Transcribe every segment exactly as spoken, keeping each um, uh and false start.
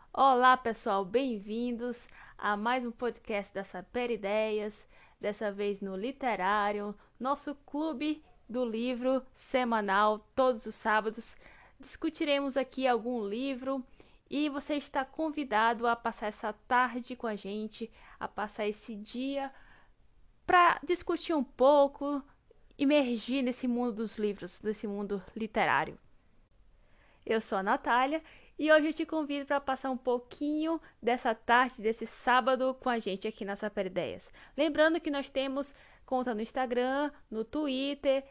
Olá, pessoal, bem-vindos a mais um podcast da Saper Ideias, dessa vez no Literário, nosso clube do livro semanal, todos os sábados. Discutiremos aqui algum livro e você está convidado a passar essa tarde com a gente, a passar esse dia para discutir um pouco, imergir nesse mundo dos livros, nesse mundo literário. Eu sou a Natália e hoje eu te convido para passar um pouquinho dessa tarde, desse sábado com a gente aqui na Saper Ideias. Lembrando que nós temos conta no Instagram, no Twitter.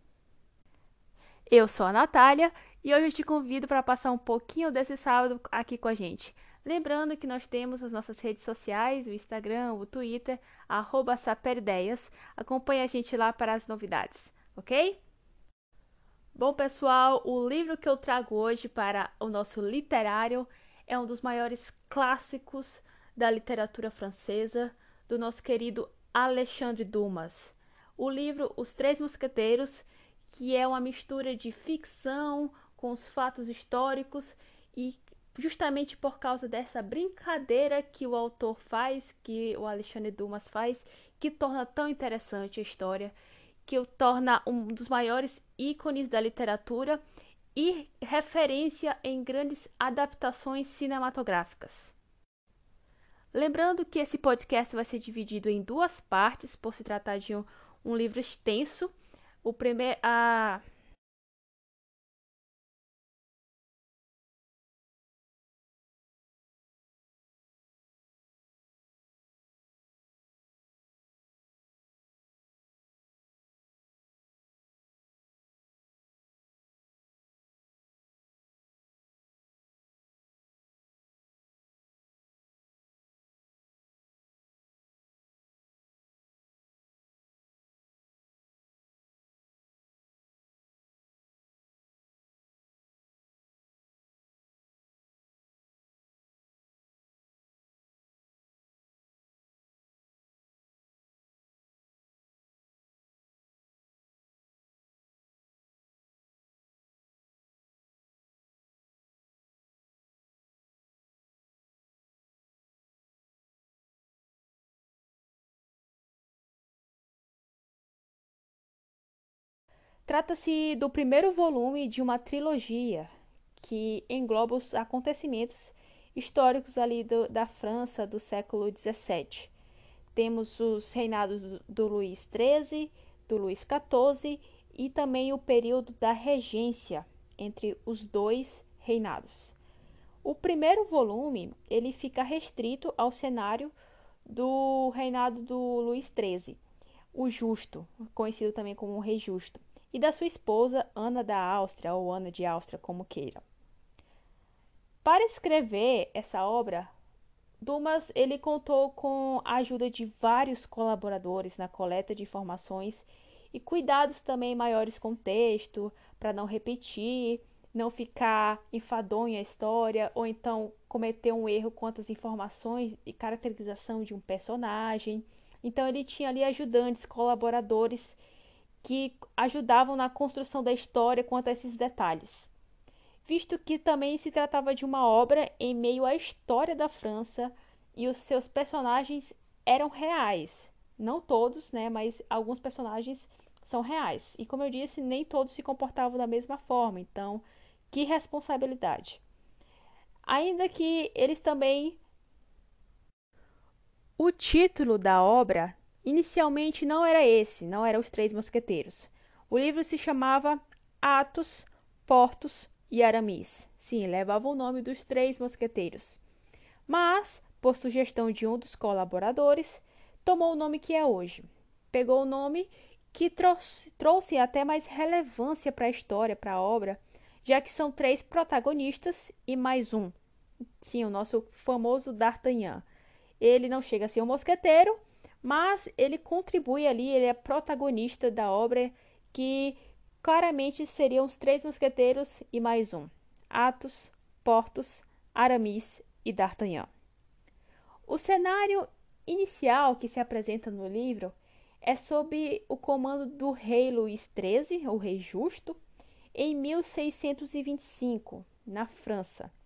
Eu sou a Natália e hoje eu te convido para passar um pouquinho desse sábado aqui com a gente. Lembrando que nós temos as nossas redes sociais, o Instagram, o Twitter, arroba Saper Ideias. Acompanhe a gente lá para as novidades, ok? Bom, pessoal, o livro que eu trago hoje para o nosso literário é um dos maiores clássicos da literatura francesa, do nosso querido Alexandre Dumas. O livro Os Três Mosqueteiros, que é uma mistura de ficção com os fatos históricos e justamente por causa dessa brincadeira que o autor faz, que o Alexandre Dumas faz, que torna tão interessante a história, que o torna um dos maiores ícones da literatura e referência em grandes adaptações cinematográficas. Lembrando que esse podcast vai ser dividido em duas partes, por se tratar de um, um livro extenso. O primeiro, a trata-se do primeiro volume de uma trilogia que engloba os acontecimentos históricos ali do, da França do século dezessete. Temos os reinados do, do Luís treze, do Luís quatorze e também o período da regência entre os dois reinados. O primeiro volume ele fica restrito ao cenário do reinado do Luís treze, o Justo, conhecido também como o Rei Justo, e da sua esposa Ana da Áustria, ou Ana de Áustria, como queira. Para escrever essa obra, Dumas ele contou com a ajuda de vários colaboradores na coleta de informações e cuidados também maiores com o texto, para não repetir, não ficar enfadonho a história, ou então cometer um erro quanto às informações e caracterização de um personagem. Então ele tinha ali ajudantes, colaboradores que ajudavam na construção da história quanto a esses detalhes. Visto que também se tratava de uma obra em meio à história da França e os seus personagens eram reais. Não todos, né, mas alguns personagens são reais. E como eu disse, nem todos se comportavam da mesma forma. Então, que responsabilidade. Ainda que eles também. O título da obra inicialmente não era esse, não era Os Três Mosqueteiros. O livro se chamava Athos, Porthos e Aramis. Sim, levava o nome dos Três Mosqueteiros. Mas, por sugestão de um dos colaboradores, tomou o nome que é hoje. Pegou o nome que trouxe, trouxe até mais relevância para a história, para a obra, já que são três protagonistas e mais um. Sim, o nosso famoso D'Artagnan. Ele não chega a ser um mosqueteiro, mas ele contribui ali, ele é protagonista da obra, que claramente seriam os três mosqueteiros e mais um: Athos, Porthos, Aramis e D'Artagnan. O cenário inicial que se apresenta no livro é sob o comando do rei Luís treze, o rei justo, em mil seiscentos e vinte e cinco, na França.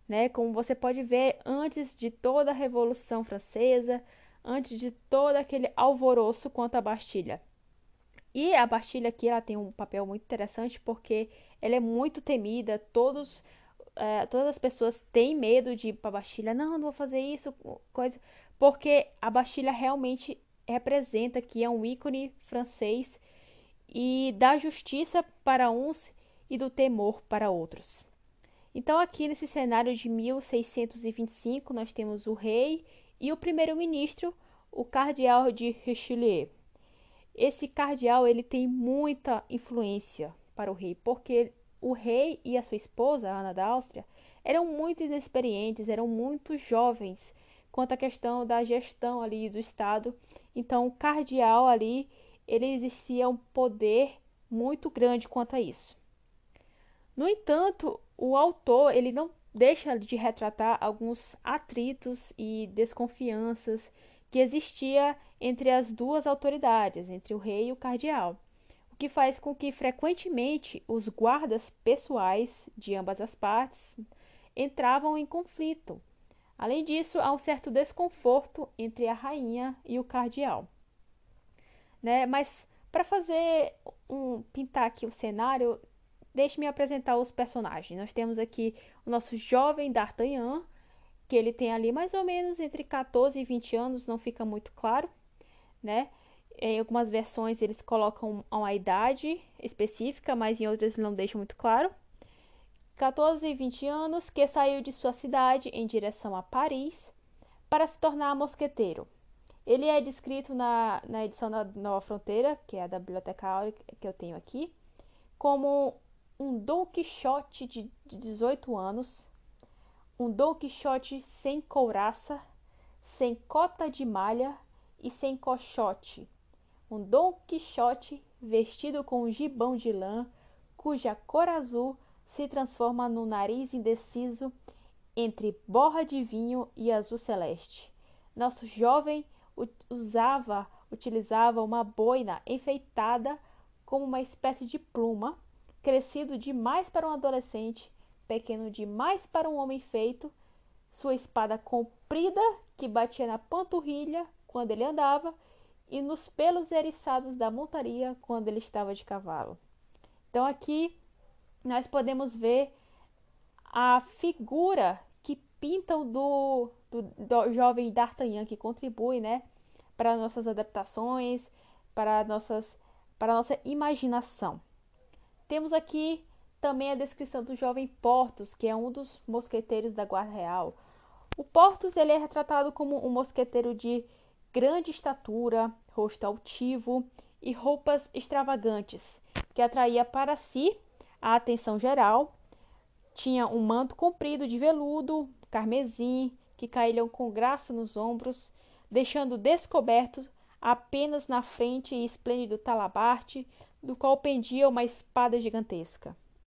né? Como você pode ver, antes de toda a Revolução Francesa, antes de todo aquele alvoroço contra a Bastilha. E a Bastilha aqui ela tem um papel muito interessante porque ela é muito temida, todos, é, todas as pessoas têm medo de ir para a Bastilha. Não, não vou fazer isso, coisa, porque a Bastilha realmente representa que é um ícone francês e da justiça para uns e do temor para outros. Então, aqui nesse cenário de mil seiscentos e vinte e cinco, nós temos o rei e o primeiro-ministro, o cardeal de Richelieu. Esse cardeal ele tem muita influência para o rei, porque o rei e a sua esposa, Ana da Áustria, eram muito inexperientes, eram muito jovens quanto à questão da gestão ali do Estado. Então, o cardeal ali, ele exercia um poder muito grande quanto a isso. No entanto, o autor ele não deixa de retratar alguns atritos e desconfianças que existia entre as duas autoridades, entre o rei e o cardeal, o que faz com que frequentemente os guardas pessoais de ambas as partes entravam em conflito. Além disso, há um certo desconforto entre a rainha e o cardeal, né? Mas para fazer um pintar aqui o cenário, deixe-me apresentar os personagens. Nós temos aqui o nosso jovem D'Artagnan, que ele tem ali mais ou menos entre quatorze e vinte anos, não fica muito claro, né? Em algumas versões eles colocam uma idade específica, mas em outras não deixam muito claro. quatorze e vinte anos, que saiu de sua cidade em direção a Paris para se tornar mosqueteiro. Ele é descrito na, na edição da Nova Fronteira, que é a da Biblioteca Áurea que eu tenho aqui, como um Dom Quixote de dezoito anos, um Dom Quixote sem couraça, sem cota de malha e sem cochote, um Dom Quixote vestido com um gibão de lã, cuja cor azul se transforma no nariz indeciso entre borra de vinho e azul celeste. Nosso jovem usava, utilizava uma boina enfeitada como uma espécie de pluma, crescido demais para um adolescente, pequeno demais para um homem feito, sua espada comprida que batia na panturrilha quando ele andava e nos pelos eriçados da montaria quando ele estava de cavalo. Então aqui nós podemos ver a figura que pintam do, do, do jovem D'Artagnan, que contribui, né, para nossas adaptações, para, nossas, para a nossa imaginação. Temos aqui também a descrição do jovem Porthos, que é um dos mosqueteiros da Guarda Real. O Porthos ele é retratado como um mosqueteiro de grande estatura, rosto altivo e roupas extravagantes, que atraía para si a atenção geral. Tinha um manto comprido de veludo, carmesim, que caíam com graça nos ombros, deixando descoberto apenas na frente e esplêndido talabarte, do qual pendia uma espada gigantesca.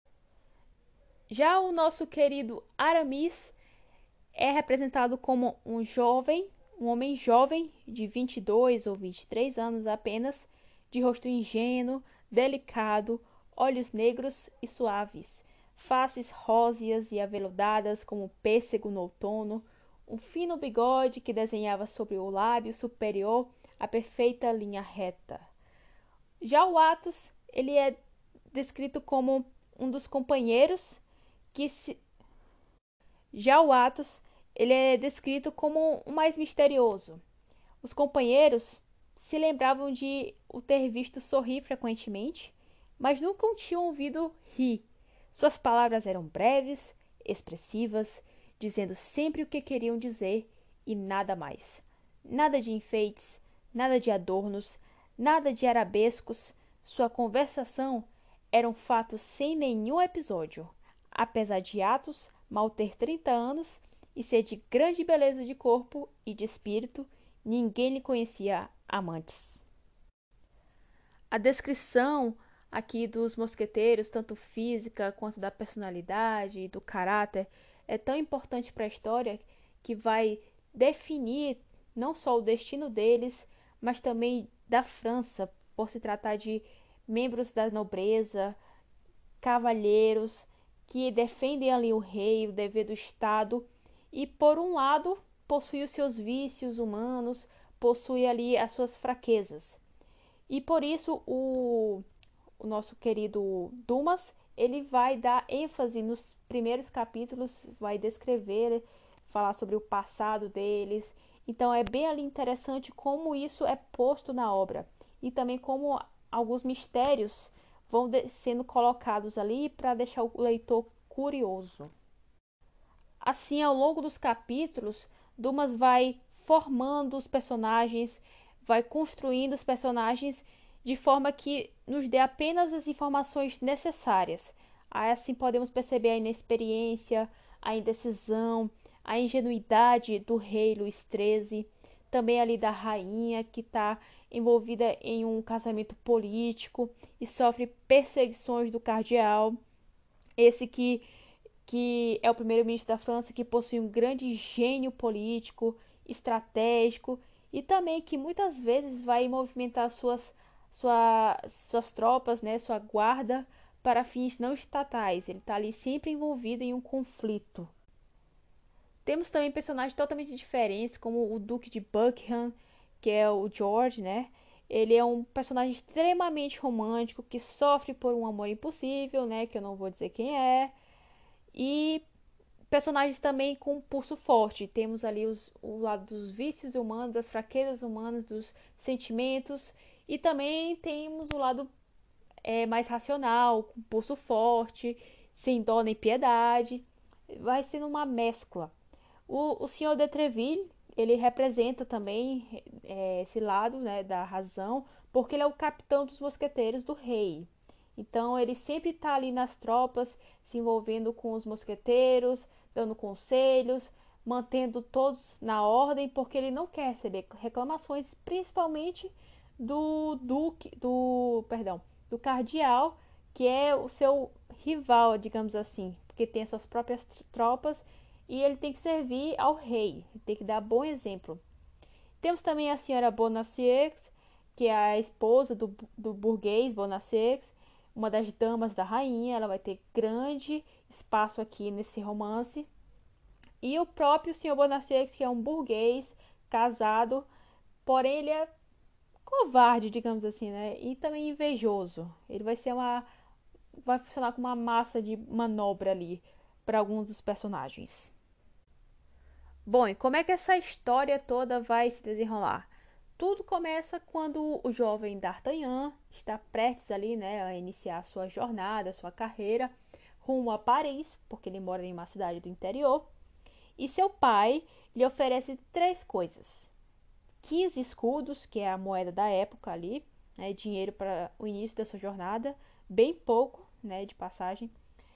Já o nosso querido Aramis é representado como um jovem, um homem jovem de vinte e dois ou vinte e três anos apenas, de rosto ingênuo, delicado, olhos negros e suaves, faces róseas e aveludadas como pêssego no outono, um fino bigode que desenhava sobre o lábio superior a perfeita linha reta. Já o Athos, ele é descrito como um dos companheiros que se... Já o Athos, ele é descrito como o mais misterioso. Os companheiros se lembravam de o ter visto sorrir frequentemente, mas nunca o tinham ouvido rir. Suas palavras eram breves, expressivas, dizendo sempre o que queriam dizer e nada mais. Nada de enfeites, nada de adornos, nada de arabescos. Sua conversação era um fato sem nenhum episódio. Apesar de Athos mal ter trinta anos e ser de grande beleza de corpo e de espírito, ninguém lhe conhecia amantes. A descrição aqui dos mosqueteiros, tanto física quanto da personalidade e do caráter, é tão importante para a história que vai definir não só o destino deles, mas também da França, por se tratar de membros da nobreza, cavalheiros que defendem ali o rei, o dever do Estado, e por um lado possui os seus vícios humanos, possui ali as suas fraquezas. E por isso o, o nosso querido Dumas, ele vai dar ênfase nos primeiros capítulos, vai descrever, falar sobre o passado deles. Então é bem ali interessante como isso é posto na obra e também como alguns mistérios vão sendo colocados ali para deixar o leitor curioso. Assim, ao longo dos capítulos, Dumas vai formando os personagens, vai construindo os personagens de forma que nos dê apenas as informações necessárias. Assim podemos perceber a inexperiência, a indecisão, a ingenuidade do rei Luís treze, também ali da rainha que está envolvida em um casamento político e sofre perseguições do cardeal. Esse que que é o primeiro-ministro da França, que possui um grande gênio político, estratégico e também que muitas vezes vai movimentar suas, sua, suas tropas, né, sua guarda para fins não estatais. Ele está ali sempre envolvido em um conflito. Temos também personagens totalmente diferentes, como o Duque de Buckingham, que é o George, né? Ele é um personagem extremamente romântico que sofre por um amor impossível, né? Que eu não vou dizer quem é. E personagens também com pulso forte. Temos ali os, o lado dos vícios humanos, das fraquezas humanas, dos sentimentos. E também temos o lado é, mais racional, com pulso forte, sem dó nem piedade. Vai sendo uma mescla. O, o senhor de Treville, ele representa também é, esse lado, né, da razão, porque ele é o capitão dos mosqueteiros do rei. Então ele sempre está ali nas tropas, se envolvendo com os mosqueteiros, dando conselhos, mantendo todos na ordem, porque ele não quer receber reclamações, principalmente do duque, do, perdão, do cardeal, que é o seu rival, digamos assim, porque tem as suas próprias tropas e ele tem que servir ao rei, tem que dar bom exemplo. Temos também a senhora Bonacieux, que é a esposa do, do burguês Bonacieux, uma das damas da rainha. Ela vai ter grande espaço aqui nesse romance. E o próprio senhor Bonacieux, que é um burguês casado, porém ele é covarde, digamos assim, né? E também invejoso. Ele vai ser uma, vai funcionar como uma massa de manobra ali para alguns dos personagens. Bom, e como é que essa história toda vai se desenrolar? Tudo começa quando o jovem D'Artagnan está prestes ali, né, a iniciar sua jornada, sua carreira rumo a Paris, porque ele mora em uma cidade do interior, e seu pai lhe oferece três coisas: quinze escudos, que é a moeda da época ali, né, dinheiro para o início da sua jornada, bem pouco, né, de passagem.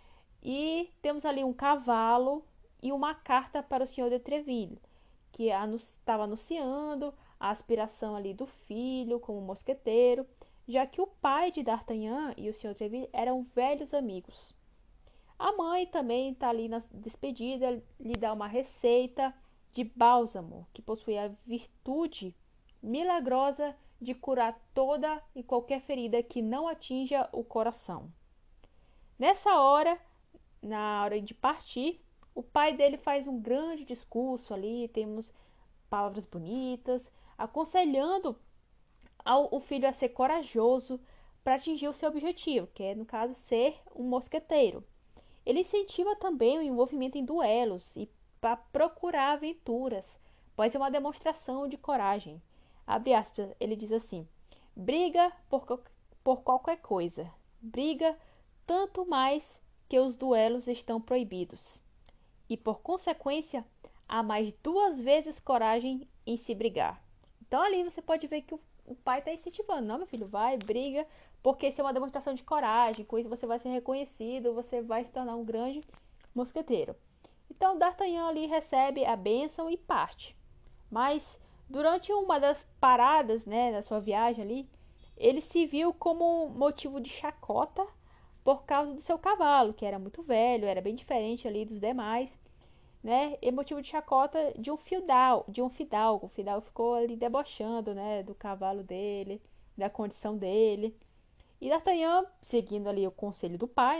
E temos ali um cavalo e uma carta para o senhor de Treville, que estava anunciando a aspiração ali do filho como mosqueteiro, já que o pai de D'Artagnan e o senhor Treville eram velhos amigos. A mãe também está ali na despedida, lhe dá uma receita de bálsamo, que possui a virtude milagrosa de curar toda e qualquer ferida que não atinja o coração. Nessa hora, na hora de partir, o pai dele faz um grande discurso ali, temos palavras bonitas, aconselhando ao, o filho a ser corajoso para atingir o seu objetivo, que é, no caso, ser um mosqueteiro. Ele incentiva também o envolvimento em duelos e para procurar aventuras, pois é uma demonstração de coragem. Abre aspas, ele diz assim: briga por, por qualquer coisa, briga tanto mais que os duelos estão proibidos. E por consequência, há mais duas vezes coragem em se brigar. Então ali você pode ver que o, o pai está incentivando: não, meu filho, vai, briga, porque isso é uma demonstração de coragem, com isso você vai ser reconhecido, você vai se tornar um grande mosqueteiro. Então D'Artagnan ali recebe a bênção e parte. Mas durante uma das paradas, né, da sua viagem ali, ele se viu como motivo de chacota por causa do seu cavalo, que era muito velho, era bem diferente ali dos demais, né? E motivo de chacota de um fidalgo, de um fidalgo. O fidalgo ficou ali debochando, né, do cavalo dele, da condição dele. E D'Artagnan, seguindo ali o conselho do pai, né,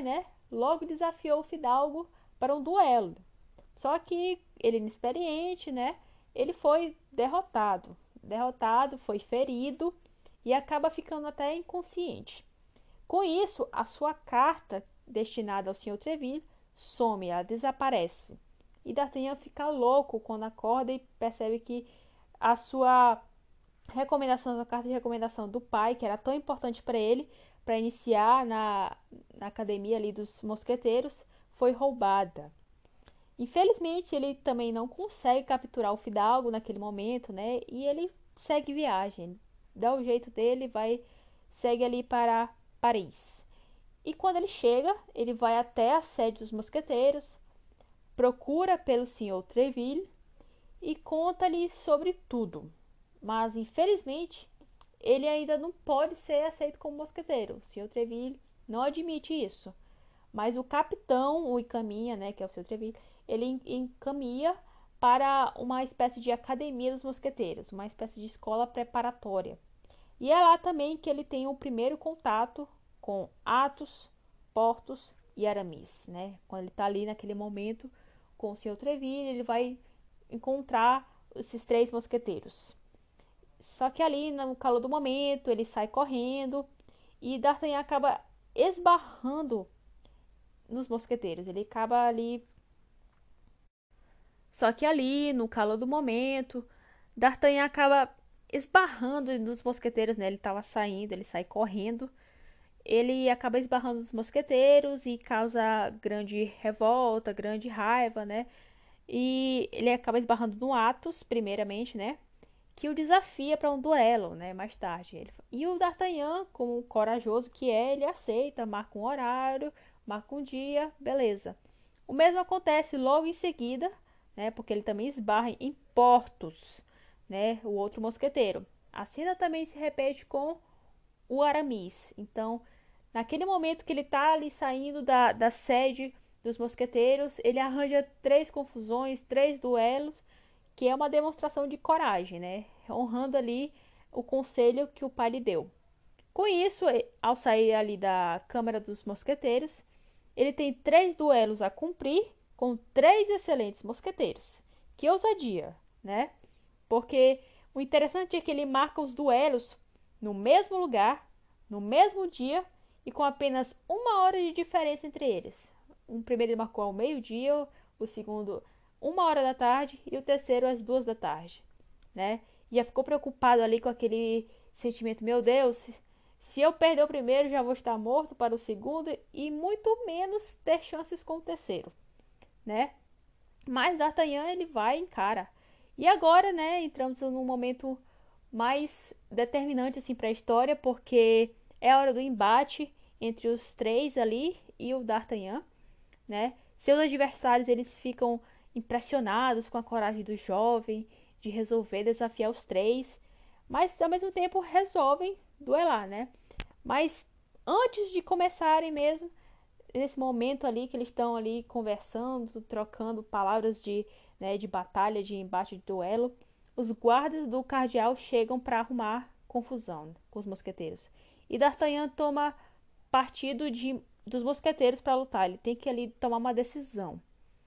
logo desafiou o fidalgo para um duelo. Só que ele, inexperiente, né? Ele foi derrotado. Derrotado, foi ferido e acaba ficando até inconsciente. Com isso, a sua carta destinada ao senhor Treville some, ela desaparece. E D'Artagnan fica louco quando acorda e percebe que a sua recomendação, a carta de recomendação do pai, que era tão importante para ele, para iniciar na, na academia ali dos mosqueteiros, foi roubada. Infelizmente, ele também não consegue capturar o fidalgo naquele momento, né? E ele segue viagem, dá o jeito dele, vai segue ali para Paris. E quando ele chega, ele vai até a sede dos mosqueteiros, procura pelo senhor Treville e conta-lhe sobre tudo. Mas infelizmente, ele ainda não pode ser aceito como mosqueteiro. O senhor Treville não admite isso. Mas o capitão o encaminha, né, que é o senhor Treville, ele encaminha para uma espécie de academia dos mosqueteiros, uma espécie de escola preparatória. E é lá também que ele tem o primeiro contato com Athos, Porthos e Aramis, né? Quando ele está ali naquele momento com o senhor Treville, ele vai encontrar esses três mosqueteiros. Só que ali, no calor do momento, ele sai correndo e D'Artagnan acaba esbarrando nos mosqueteiros. Ele acaba ali. Só que ali, no calor do momento, D'Artagnan acaba esbarrando nos mosqueteiros, né? Ele estava saindo, ele sai correndo. Ele acaba esbarrando nos mosqueteiros e causa grande revolta, grande raiva, né? E ele acaba esbarrando no Athos, primeiramente, né? Que o desafia para um duelo, né? Mais tarde. E o D'Artagnan, como corajoso que é, ele aceita, marca um horário, marca um dia, beleza. O mesmo acontece logo em seguida, né? Porque ele também esbarra em Porthos, né? O outro mosqueteiro. A cena também se repete com o Aramis. Então, naquele momento que ele está ali saindo da, da sede dos mosqueteiros, ele arranja três confusões, três duelos, que é uma demonstração de coragem, né? Honrando ali o conselho que o pai lhe deu. Com isso, ao sair ali da Câmara dos Mosqueteiros, ele tem três duelos a cumprir com três excelentes mosqueteiros. Que ousadia, né? Porque o interessante é que ele marca os duelos no mesmo lugar, no mesmo dia e com apenas uma hora de diferença entre eles. O primeiro ele marcou ao meio-dia, o segundo uma hora da tarde e o terceiro às duas da tarde, né? E já ficou preocupado ali com aquele sentimento, meu Deus, se eu perder o primeiro já vou estar morto para o segundo e muito menos ter chances com o terceiro, né? Mas D'Artagnan ele vai e encara. E agora, né, entramos num momento mais determinante assim para a história, porque é a hora do embate entre os três ali e o D'Artagnan, né? Seus adversários eles ficam impressionados com a coragem do jovem de resolver desafiar os três, mas ao mesmo tempo resolvem duelar, né? Mas antes de começarem mesmo, nesse momento ali que eles estão ali conversando, trocando palavras de, né, de batalha, de embate, de duelo, os guardas do cardeal chegam para arrumar confusão com os mosqueteiros. E D'Artagnan toma partido de, dos mosqueteiros para lutar. Ele tem que ali tomar uma decisão.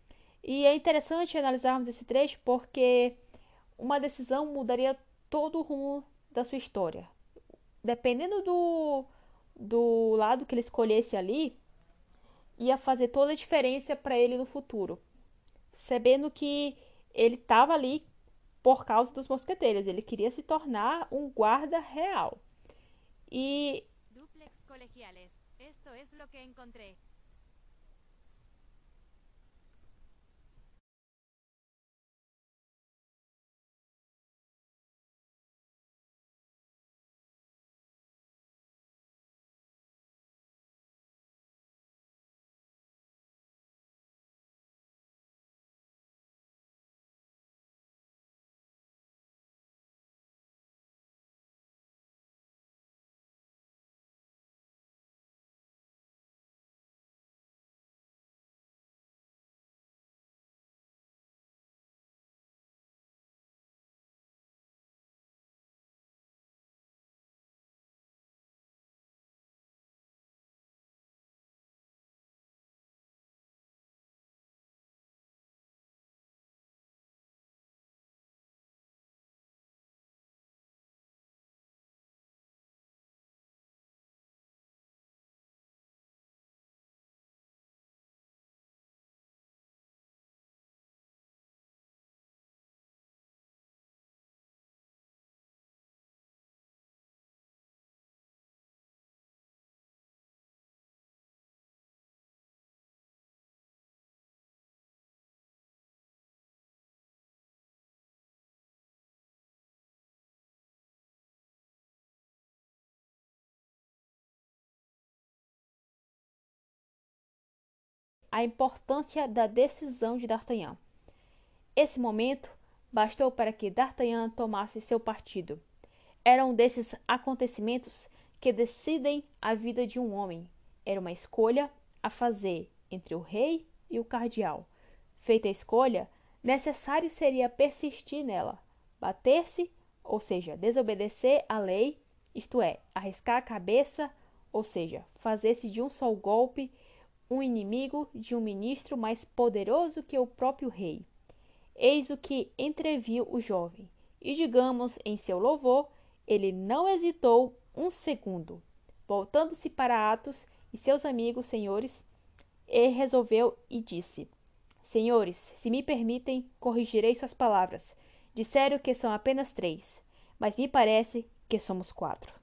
E é interessante analisarmos esse trecho porque uma decisão mudaria todo o rumo da sua história. Dependendo do, do lado que ele escolhesse ali, ia fazer toda a diferença para ele no futuro. Sabendo que ele estava ali por causa dos mosqueteiros, ele queria se tornar um guarda real. E Duplex colegiales. Esto es lo que encontré. a importância da decisão de D'Artagnan. Esse momento bastou para que D'Artagnan tomasse seu partido. Era um desses acontecimentos que decidem a vida de um homem. Era uma escolha a fazer entre o rei e o cardeal. Feita a escolha, necessário seria persistir nela, bater-se, ou seja, desobedecer à lei, isto é, arriscar a cabeça, ou seja, fazer-se de um só golpe um inimigo de um ministro mais poderoso que o próprio rei. Eis o que entreviu o jovem, e digamos em seu louvor, ele não hesitou um segundo. Voltando-se para Athos e seus amigos senhores, e resolveu e disse: Senhores, se me permitem, corrigirei suas palavras. Disseram que são apenas três, mas me parece que somos quatro.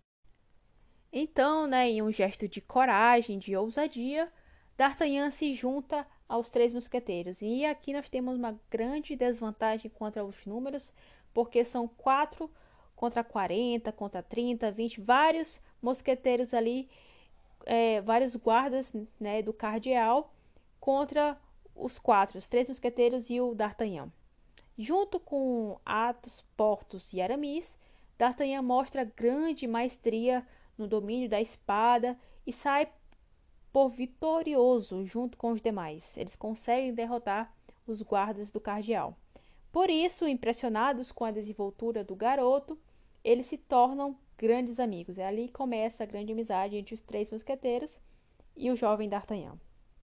Então, né, em um gesto de coragem, de ousadia, D'Artagnan se junta aos três mosqueteiros. E aqui nós temos uma grande desvantagem contra os números, porque são quatro contra quarenta, contra trinta, vinte, vários mosqueteiros ali, é, vários guardas, né, do cardeal, contra os quatro, os três mosqueteiros e o D'Artagnan. Junto com Athos, Porthos e Aramis, D'Artagnan mostra grande maestria no domínio da espada e sai por vitorioso junto com os demais. Eles conseguem derrotar os guardas do cardeal. Por isso, impressionados com a desenvoltura do garoto, eles se tornam grandes amigos. É ali que começa a grande amizade entre os três mosqueteiros e o jovem D'Artagnan.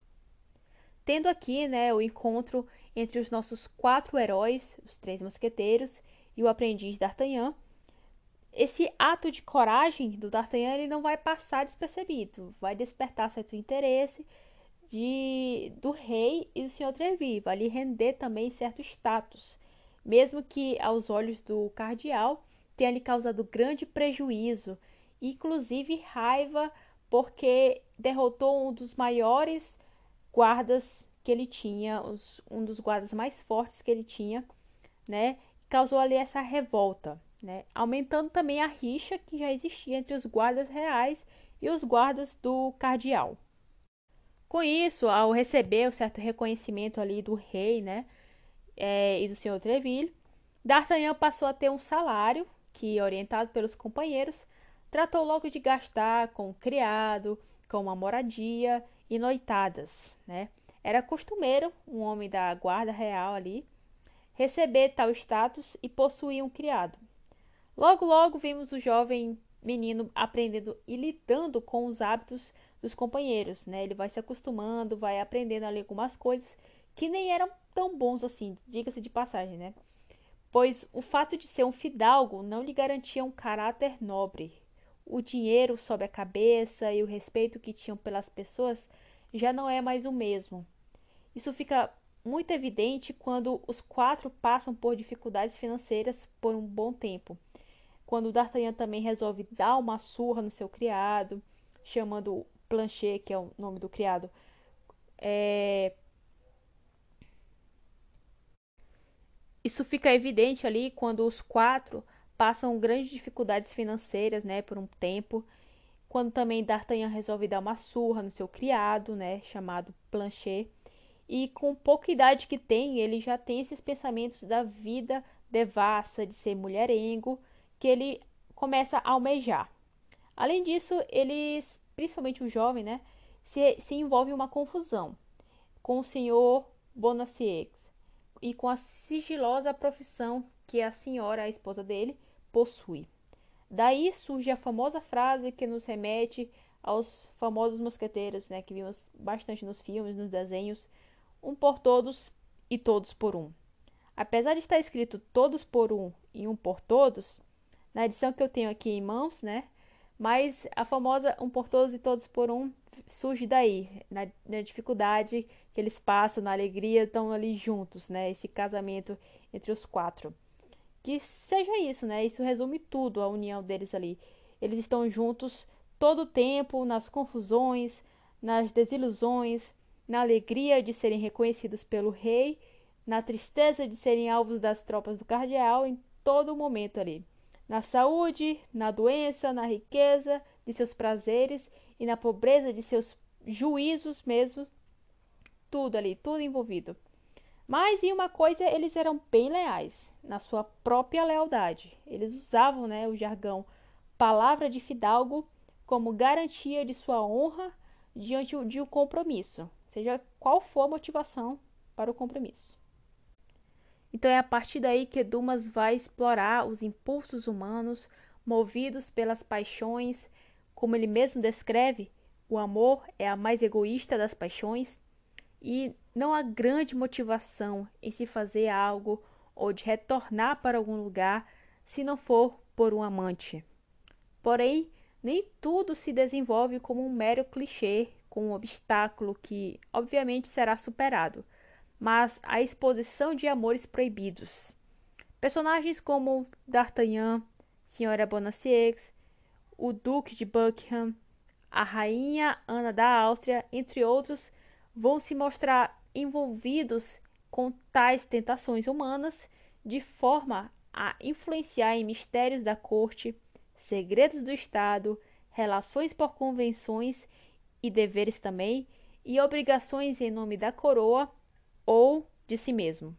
Tendo aqui, né, o encontro entre os nossos quatro heróis, os três mosqueteiros e o aprendiz D'Artagnan, esse ato de coragem do D'Artagnan ele não vai passar despercebido, vai despertar certo interesse de, do rei e do senhor Treville, vai lhe render também certo status, mesmo que aos olhos do cardeal tenha lhe causado grande prejuízo, inclusive raiva, porque derrotou um dos maiores guardas que ele tinha, os, um dos guardas mais fortes que ele tinha, né, causou ali essa revolta. Né, aumentando também a rixa que já existia entre os guardas reais e os guardas do cardeal. Com isso, ao receber o certo reconhecimento ali do rei, né, é, e do senhor Treville, D'Artagnan passou a ter um salário que, orientado pelos companheiros, tratou logo de gastar com um criado, com uma moradia e noitadas. Né. Era costumeiro um homem da guarda real ali receber tal status e possuir um criado. Logo, logo vimos o jovem menino aprendendo e lidando com os hábitos dos companheiros, né? Ele vai se acostumando, vai aprendendo ali algumas coisas que nem eram tão bons assim, diga-se de passagem, né? Pois o fato de ser um fidalgo não lhe garantia um caráter nobre. O dinheiro sob a cabeça e o respeito que tinham pelas pessoas já não é mais o mesmo. Isso fica muito evidente quando os quatro passam por dificuldades financeiras por um bom tempo. Quando o D'Artagnan também resolve dar uma surra no seu criado, chamando Planchet, que é o nome do criado, é... isso fica evidente ali quando os quatro passam grandes dificuldades financeiras, né, por um tempo. Quando também D'Artagnan resolve dar uma surra no seu criado, né, chamado Planchet. E com pouca idade que tem, ele já tem esses pensamentos da vida devassa, de ser mulherengo, que ele começa a almejar. Além disso, eles, principalmente o jovem, né, se, se envolve em uma confusão com o senhor Bonacieux e com a sigilosa profissão que a senhora, a esposa dele, possui. Daí surge a famosa frase que nos remete aos famosos mosqueteiros, né, que vimos bastante nos filmes, nos desenhos, um por todos e todos por um. Apesar de estar escrito todos por um e um por todos, na edição que eu tenho aqui em mãos, né? Mas a famosa um por todos e todos por um surge daí, na, na dificuldade que eles passam, na alegria, estão ali juntos, né? Esse casamento entre os quatro. Que seja isso, né? Isso resume tudo, a união deles ali. Eles estão juntos todo o tempo, nas confusões, nas desilusões, na alegria de serem reconhecidos pelo rei, na tristeza de serem alvos das tropas do cardeal, em todo momento ali. Na saúde, na doença, na riqueza de seus prazeres e na pobreza de seus juízos mesmo, tudo ali, tudo envolvido. Mas em uma coisa eles eram bem leais, na sua própria lealdade. Eles usavam, né, o jargão palavra de fidalgo como garantia de sua honra diante de um compromisso, seja qual for a motivação para o compromisso. Então é a partir daí que Dumas vai explorar os impulsos humanos movidos pelas paixões, como ele mesmo descreve, o amor é a mais egoísta das paixões e não há grande motivação em se fazer algo ou de retornar para algum lugar se não for por um amante. Porém, nem tudo se desenvolve como um mero clichê, com um obstáculo que, obviamente, será superado, mas a exposição de amores proibidos. Personagens como D'Artagnan, Senhora Bonacieux, o Duque de Buckingham, a Rainha Ana da Áustria, entre outros, vão se mostrar envolvidos com tais tentações humanas de forma a influenciar em mistérios da corte, segredos do Estado, relações por convenções e deveres também, e obrigações em nome da coroa ou de si mesmo.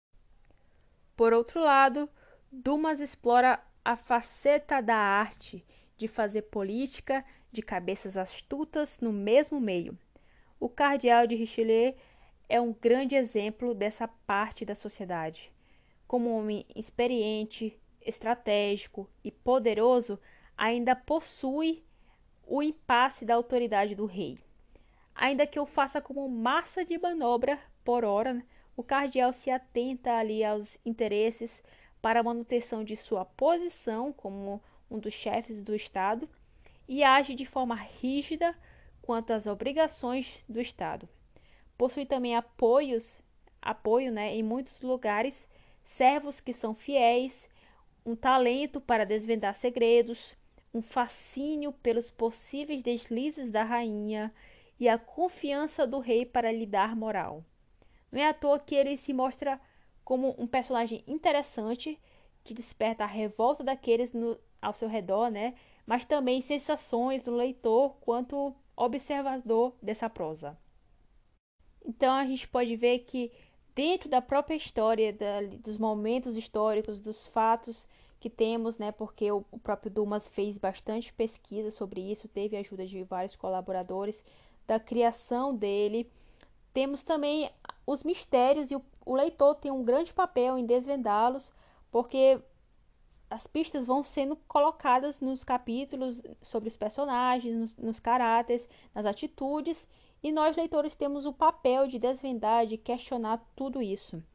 Por outro lado, Dumas explora a faceta da arte de fazer política de cabeças astutas no mesmo meio. O cardeal de Richelieu é um grande exemplo dessa parte da sociedade. Como um homem experiente, estratégico e poderoso, ainda possui o impasse da autoridade do rei. Ainda que o faça como massa de manobra por hora, né, o cardeal se atenta ali aos interesses para a manutenção de sua posição como um dos chefes do Estado e age de forma rígida quanto às obrigações do Estado. Possui também apoios, apoio, né, em muitos lugares, servos que são fiéis, um talento para desvendar segredos, um fascínio pelos possíveis deslizes da rainha e a confiança do rei para lhe dar moral. Não é à toa que ele se mostra como um personagem interessante que desperta a revolta daqueles no, ao seu redor, né? Mas também sensações do leitor quanto observador dessa prosa. Então a gente pode ver que dentro da própria história, da, dos momentos históricos, dos fatos que temos, né, porque o, o próprio Dumas fez bastante pesquisa sobre isso, teve a ajuda de vários colaboradores, da criação dele. Temos também os mistérios e o, o leitor tem um grande papel em desvendá-los, porque as pistas vão sendo colocadas nos capítulos sobre os personagens, nos, nos caráteres, nas atitudes, e nós, leitores, temos o papel de desvendar, de questionar tudo isso.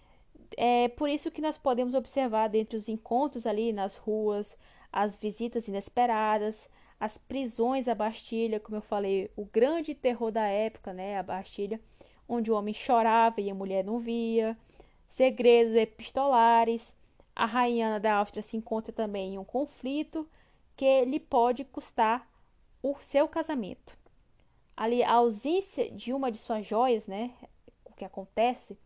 É por isso que nós podemos observar dentre os encontros ali nas ruas, as visitas inesperadas, as prisões à Bastilha, como eu falei, o grande terror da época, né, a Bastilha, onde o homem chorava e a mulher não via, segredos epistolares. A rainha Ana da Áustria se encontra também em um conflito que lhe pode custar o seu casamento. Ali, a ausência de uma de suas joias, né, o que acontece,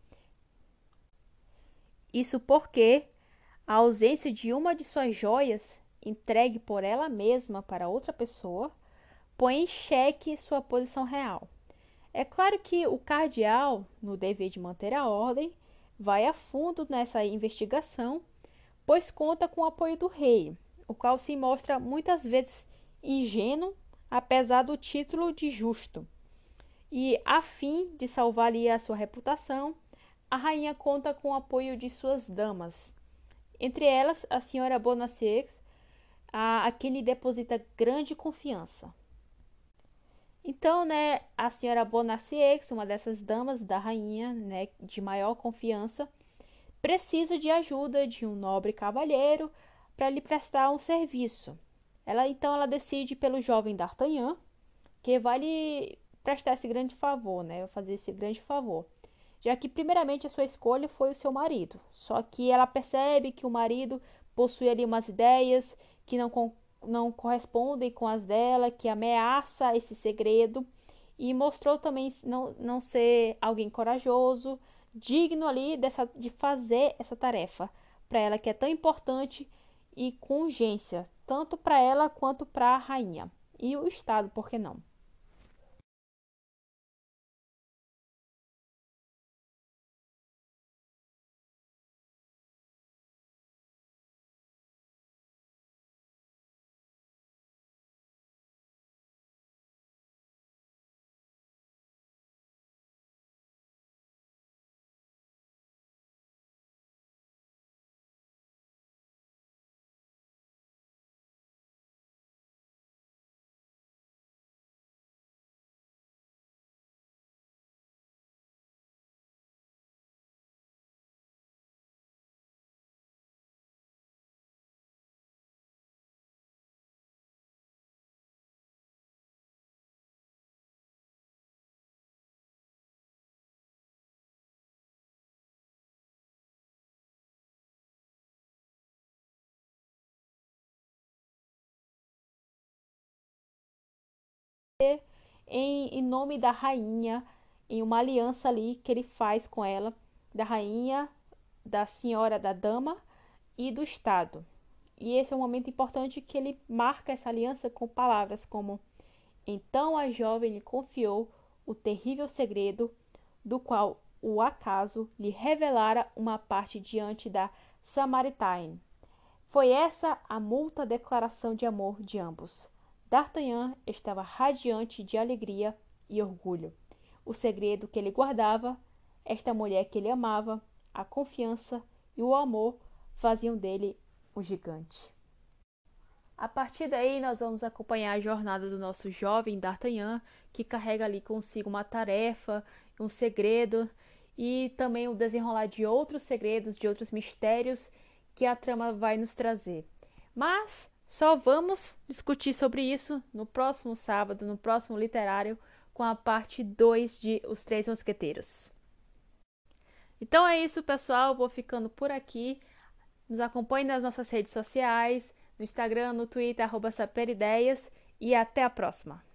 isso porque a ausência de uma de suas joias, entregue por ela mesma para outra pessoa, põe em xeque sua posição real. É claro que o cardeal, no dever de manter a ordem, vai a fundo nessa investigação, pois conta com o apoio do rei, o qual se mostra muitas vezes ingênuo, apesar do título de justo. E, a fim de salvar-lhe a sua reputação, a rainha conta com o apoio de suas damas, entre elas a senhora Bonacieux, a, a quem lhe deposita grande confiança. Então, né, a senhora Bonacieux, uma dessas damas da rainha, né, de maior confiança, precisa de ajuda de um nobre cavalheiro para lhe prestar um serviço. Ela então ela decide pelo jovem D'Artagnan, que vai lhe prestar esse grande favor, né, fazer esse grande favor. Já que primeiramente a sua escolha foi o seu marido. Só que ela percebe que o marido possui ali umas ideias que não não correspondem com as dela, que ameaça esse segredo, e mostrou também não, não ser alguém corajoso, digno ali dessa, de fazer essa tarefa para ela que é tão importante e com urgência, tanto para ela quanto para a rainha e o Estado, por que não? em, em nome da rainha, em uma aliança ali que ele faz com ela, da rainha, da senhora, da dama e do Estado. E esse é um momento importante que ele marca essa aliança com palavras como: então a jovem lhe confiou o terrível segredo, do qual o acaso lhe revelara uma parte diante da Samaritaine. Foi essa a mútua declaração de amor de ambos. D'Artagnan estava radiante de alegria e orgulho. O segredo que ele guardava, esta mulher que ele amava, a confiança e o amor faziam dele um gigante. A partir daí, nós vamos acompanhar a jornada do nosso jovem D'Artagnan, que carrega ali consigo uma tarefa, um segredo e também o desenrolar de outros segredos, de outros mistérios que a trama vai nos trazer. Mas só vamos discutir sobre isso no próximo sábado, no próximo literário, com a parte dois de Os Três Mosqueteiros. Então é isso, pessoal. Vou ficando por aqui. Nos acompanhe nas nossas redes sociais, no Instagram, no Twitter, arroba saperideias, e até a próxima.